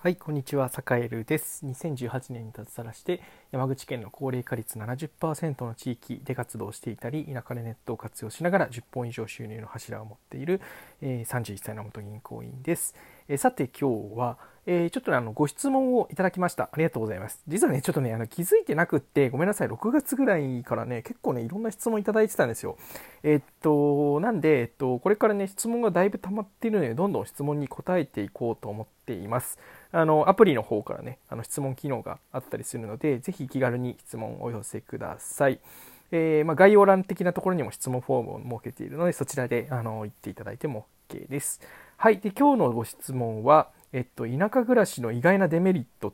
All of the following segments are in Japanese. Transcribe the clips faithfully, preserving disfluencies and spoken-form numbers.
はい、こんにちは、サカエルです。にせんじゅうはちねんに脱サラして山口県の高齢化率ななじゅっパーセントの地域で活動していたり、田舎でネットを活用しながらじゅっぽん以上収入の柱を持っている、えー、さんじゅういっさいの元銀行員です。えーさて今日は、えーちょっとね、あのご質問をいただきました。ありがとうございます。実はね、ちょっとね、あの気づいてなくって、ごめんなさい、ろくがつぐらいからね、結構ね、いろんな質問いただいてたんですよ。えーっと、なんで、えっと、これからね、質問がだいぶ溜まっているので、どんどん質問に答えていこうと思っています。あのアプリの方からね、あの質問機能があったりするので、ぜひ気軽に質問をお寄せください。えーまあ、概要欄的なところにも質問フォームを設けているので、そちらであの言っていただいても OK です。はい。で、今日のご質問は、えっと、田舎暮らしの意外なデメリットって、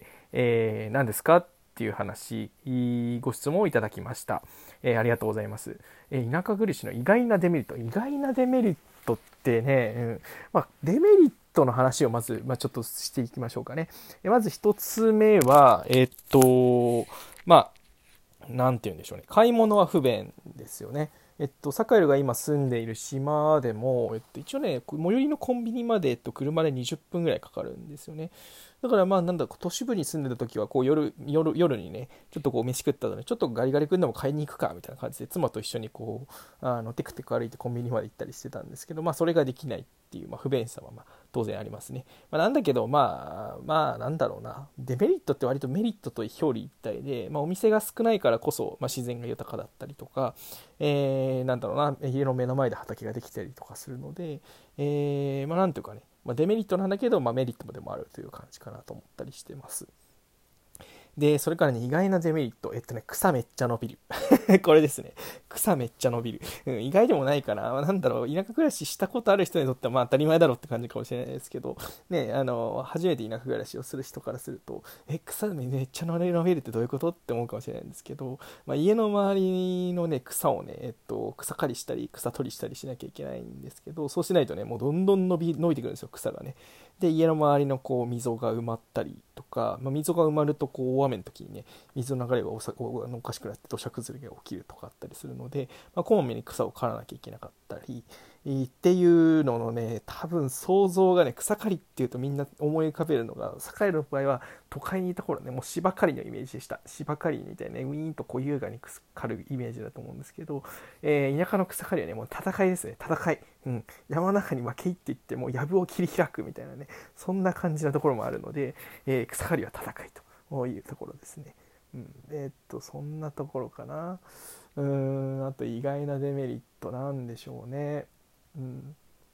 えー何ですかっていう話、ご質問をいただきました。えーありがとうございます。えー田舎暮らしの意外なデメリット。意外なデメリットってね、うんまあ、デメリットの話をまず、まあ、ちょっとしていきましょうかね。まず一つ目は、えっと、まあ、なんて言うんでしょうね。買い物は不便ですよね。えっと、サカエルが今住んでいる島でも、えっと、一応ね、最寄りのコンビニまで、えっと、車でにじゅっぷんぐらいかかるんですよね。だからまあなんだ都市部に住んでた時はこう夜夜夜にねちょっとこう飯食ったのでちょっとガリガリ君でも買いに行くかみたいな感じで妻と一緒にこうあのテクテク歩いてコンビニまで行ったりしてたんですけど、まあそれができないっていう、まあ、不便さはまあ当然ありますね。まあ、なんだけどまあまあなんだろうな、デメリットって割とメリットと表裏一体で、まあ、お店が少ないからこそ、まあ、自然が豊かだったりとか、えー、なんだろうな、家の目の前で畑ができたりとかするので、えー、まあなんていうかね、まあ、デメリットなんだけど、まあ、メリットでもあるという感じかなと思ったりしてます。で、それからね、意外なデメリット。えっとね、草めっちゃ伸びる。これですね。草めっちゃ伸びる。うん、意外でもないかな。まあなんだろう、田舎暮らししたことある人にとってはまあ当たり前だろうって感じかもしれないですけど、ね、あの、初めて田舎暮らしをする人からすると、え、草めっちゃ伸びるってどういうことって思うかもしれないんですけど、まあ、家の周りのね、草をね、えっと、草刈りしたり、草取りしたりしなきゃいけないんですけど、そうしないとね、もうどんどん伸び、伸びてくるんですよ、草がね。で、家の周りのこう溝が埋まったりとか、まあ、溝が埋まるとこう大雨の時にね、水の流れがおさおおかしくなって土砂崩れが起きるとかあったりするので、まあ、こまめに草を刈らなきゃいけなかったりっていうののね、多分想像がね、草刈りっていうとみんな思い浮かべるのが、栄の場合は都会にいた頃ね、もう芝刈りのイメージでした。芝刈りみたいなね、ウィーンとこう優雅に刈るイメージだと思うんですけど、えー、田舎の草刈りはね、もう戦いですね、戦い。うん、山の中に負け入っていってもう藪を切り開くみたいなね、そんな感じなところもあるので、えー、草刈りは戦いというところですね。うん、えー、っとそんなところかな。うーんあと意外なデメリットなんでしょうね。うん、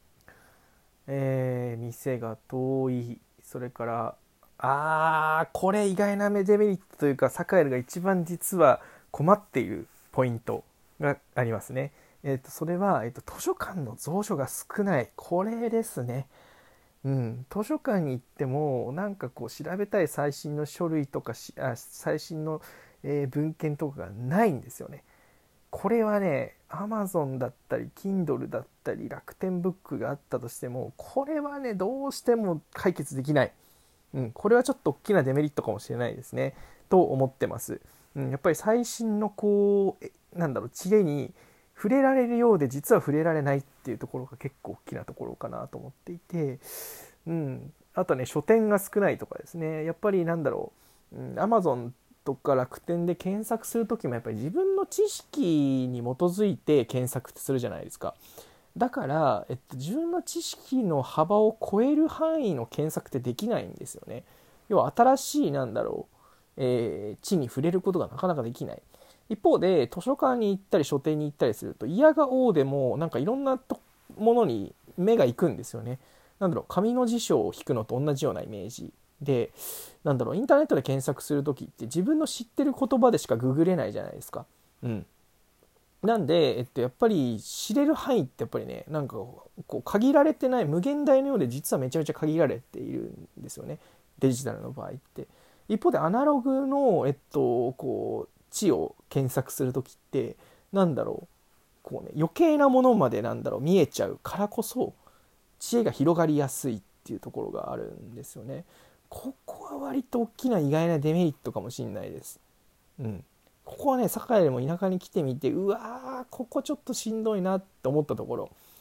えー、店が遠い。それからあーこれ意外なデメリットというか、サカエルが一番実は困っているポイントがありますね。えー、とそれは、えー、と図書館の蔵書が少ない、これですね。うん、図書館に行ってもなんかこう調べたい最新の書類とかしあ最新の、えー文献とかがないんですよね。これはね、 Amazon だったり Kindle だったり楽天ブックがあったとしても、これはねどうしても解決できない。うん、これはちょっと大きなデメリットかもしれないですねと思ってます。うん、やっぱり最新のこうえなんだろう知恵に触れられるようで実は触れられないっていうところが結構大きなところかなと思っていて、うん、あとね書店が少ないとかですね。やっぱりなんだろう、うん、Amazon とか楽天で検索するときもやっぱり自分の知識に基づいて検索ってするじゃないですか。だから、えっと、自分の知識の幅を超える範囲の検索ってできないんですよね。要は新しいなんだろう、えー、地に触れることがなかなかできない。一方で図書館に行ったり書店に行ったりすると、嫌が応でもなんかいろんなものに目が行くんですよね。なんだろう、紙の辞書を引くのと同じようなイメージで、なんだろう、インターネットで検索するときって自分の知ってる言葉でしかググれないじゃないですか。うん。なんで、えっと、やっぱり知れる範囲ってやっぱりね、なんかこう限られてない、無限大のようで実はめちゃめちゃ限られているんですよね、デジタルの場合って。一方でアナログの、えっと、こう知を検索するときってなんだろう、こうね、余計なものまでなんだろう見えちゃうからこそ知恵が広がりやすいっていうところがあるんですよね。ここは割と大きな意外なデメリットかもしれないです。うん、ここはね、堺でも田舎に来てみて、うわーここちょっとしんどいなって思ったところ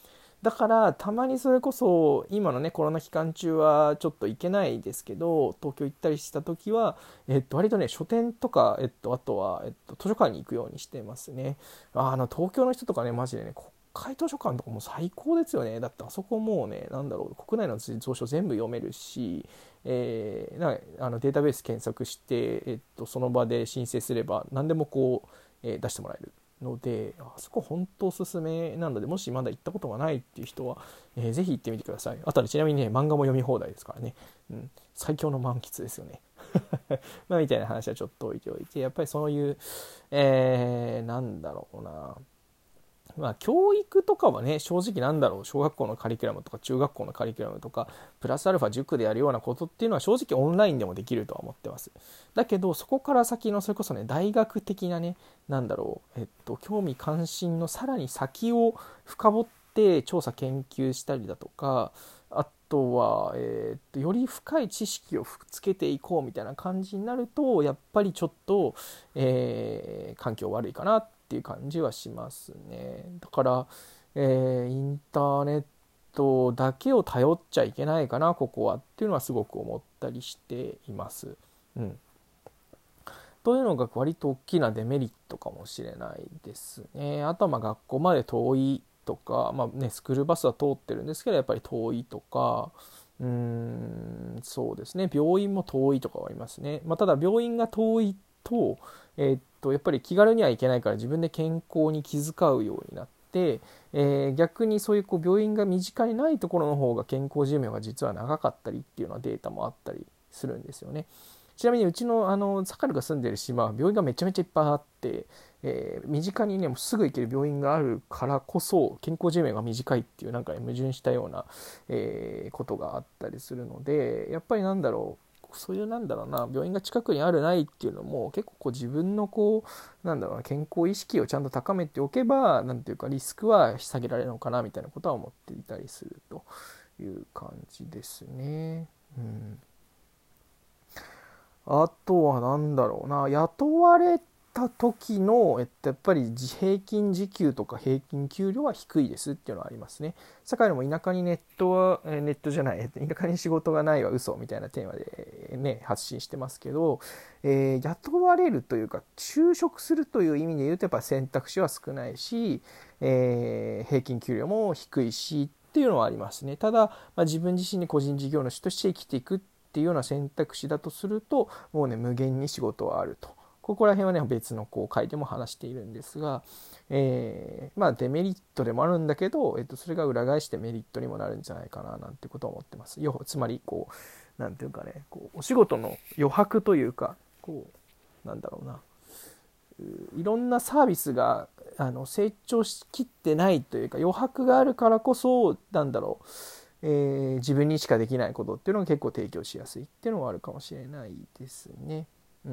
だからたまにそれこそ今のねコロナ期間中はちょっと行けないですけど、東京行ったりした時は、えっと、割とね書店とか、えっと、あとは、えっと、図書館に行くようにしてますね。ああの東京の人とかねマジでね国会図書館とかも最高ですよね。だってあそこもうねなんだろう、国内の蔵書全部読めるし、えー、なあのデータベース検索して、えっと、その場で申請すれば何でもこう、えー、出してもらえるので、あそこ本当おすすめなので、もしまだ行ったことがないっていう人は、えー、ぜひ行ってみてください。あとは、ね、ちなみにね漫画も読み放題ですからね、うん、最強の満喫ですよねまあみたいな話はちょっと置いておいて、やっぱりそういう、えー、なんだろうな、まあ、教育とかはね正直なんだろう、小学校のカリキュラムとか中学校のカリキュラムとかプラスアルファ塾でやるようなことっていうのは正直オンラインでもできるとは思ってます。だけどそこから先のそれこそね大学的なねなんだろう、えっと、興味関心のさらに先を深掘って調査研究したりだとか、あとは、えー、っとより深い知識をつけていこうみたいな感じになるとやっぱりちょっと、えー、環境悪いかなっていう感じはしますね。だから、えー、インターネットだけを頼っちゃいけないかなここはっていうのはすごく思ったりしています。うん、というのが割と大きなデメリットかもしれないですね。あとはまあ学校まで遠いとか、まあね、スクールバスは通ってるんですけどやっぱり遠いとか、うーんそうですね、病院も遠いとかはありますね。まあ、ただ病院が遠いと、えーっとやっぱり気軽には行けないから自分で健康に気遣うようになって、えー逆にそういうこう病院が身近にないところの方が健康寿命が実は長かったりっていうようなデータもあったりするんですよね。ちなみにうちのあのサカルが住んでる島は病院がめちゃめちゃいっぱいあって、えー身近にねもうすぐ行ける病院があるからこそ健康寿命が短いっていうなんか、ね、矛盾したような、えーことがあったりするので、やっぱりなんだろう、そういうなんだろうな、病院が近くにあるないっていうのも結構こう自分のこうなんだろうな、健康意識をちゃんと高めておけばなんていうかリスクは下げられるのかなみたいなことは思っていたりするという感じですね。うん、あとはなんだろうな、雇われた時の、えっと、やっぱり平均時給とか平均給料は低いですっていうのはありますね。堺のも田舎にネットは、ネットじゃない、田舎に仕事がないは嘘みたいなテーマで、ね、発信してますけど、えー、雇われるというか就職するという意味で言うとやっぱ選択肢は少ないし、えー平均給料も低いしっていうのはありますね。ただ、まあ、自分自身に個人事業主として生きていくっていうような選択肢だとするともうね無限に仕事はあると。ここら辺はね別のこう回でも話しているんですが、えー、まあデメリットでもあるんだけど、えっと、それが裏返してメリットにもなるんじゃないかななんてことを思ってます。要つまりこうなんていうかね、こうお仕事の余白というか、こうなんだろうな、いろんなサービスがあの成長しきってないというか余白があるからこそなんだろう、えー自分にしかできないことっていうのが結構提供しやすいっていうのはあるかもしれないですね。うん、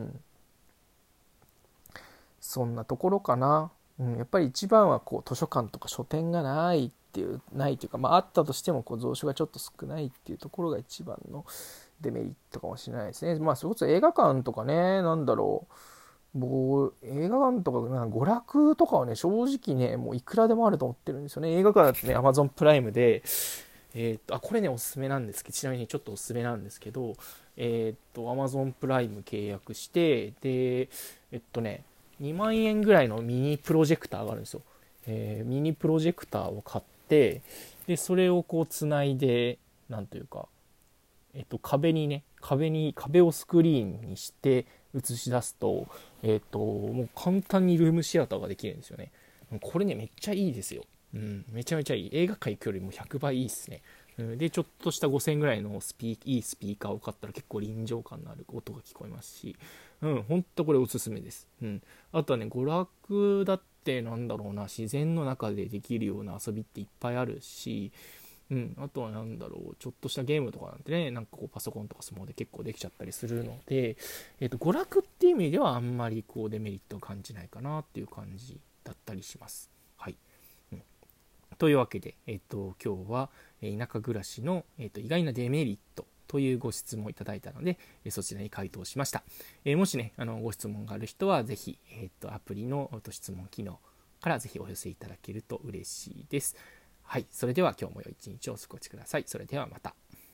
そんなところかな。うん、やっぱり一番はこう図書館とか書店がないっていうないというか、まあ、あったとしてもこう蔵書がちょっと少ないっていうところが一番のデメリットかもしれないですね。まあそれこそ映画館とかね、なんだろう、もう映画館とかなんか娯楽とかはね正直ねもういくらでもあると思ってるんですよね。映画館だってね Amazon プライムで、えー、っとあこれねおすすめなんですけど、ちなみにちょっとおすすめなんですけど、えー、っと Amazon プライム契約してでえっとねにまんえんぐらいのミニプロジェクターがあるんですよ。えー、ミニプロジェクターを買ってでそれをこうつないでなんというか、えっと、壁にね壁に壁をスクリーンにして映し出すと、えっと、もう簡単にルームシアターができるんですよね。これねめっちゃいいですよ。うん、めちゃめちゃいい。映画館行くよりもひゃくばいいいですね。うん、でちょっとしたごせんえんぐらいのスピーいいスピーカーを買ったら結構臨場感のある音が聞こえますし、うん、ほんとこれおすすめです。うん、あとはね娯楽だってなんだろうな、自然の中でできるような遊びっていっぱいあるし、うん、あとはなんだろう、ちょっとしたゲームとかなんてね、なんかこうパソコンとかスマホで結構できちゃったりするので、えっと、娯楽っていう意味ではあんまりこうデメリットを感じないかなっていう感じだったりします。はい。うん、というわけで、えっと、今日は田舎暮らしの、えっと、意外なデメリットというご質問をいただいたので、そちらに回答しました。えー、もしね、あのご質問がある人は、ぜひ、えっと、アプリの質問機能からぜひお寄せいただけると嬉しいです。 はい、それでは今日も良い一日をお過ごしください。それではまた。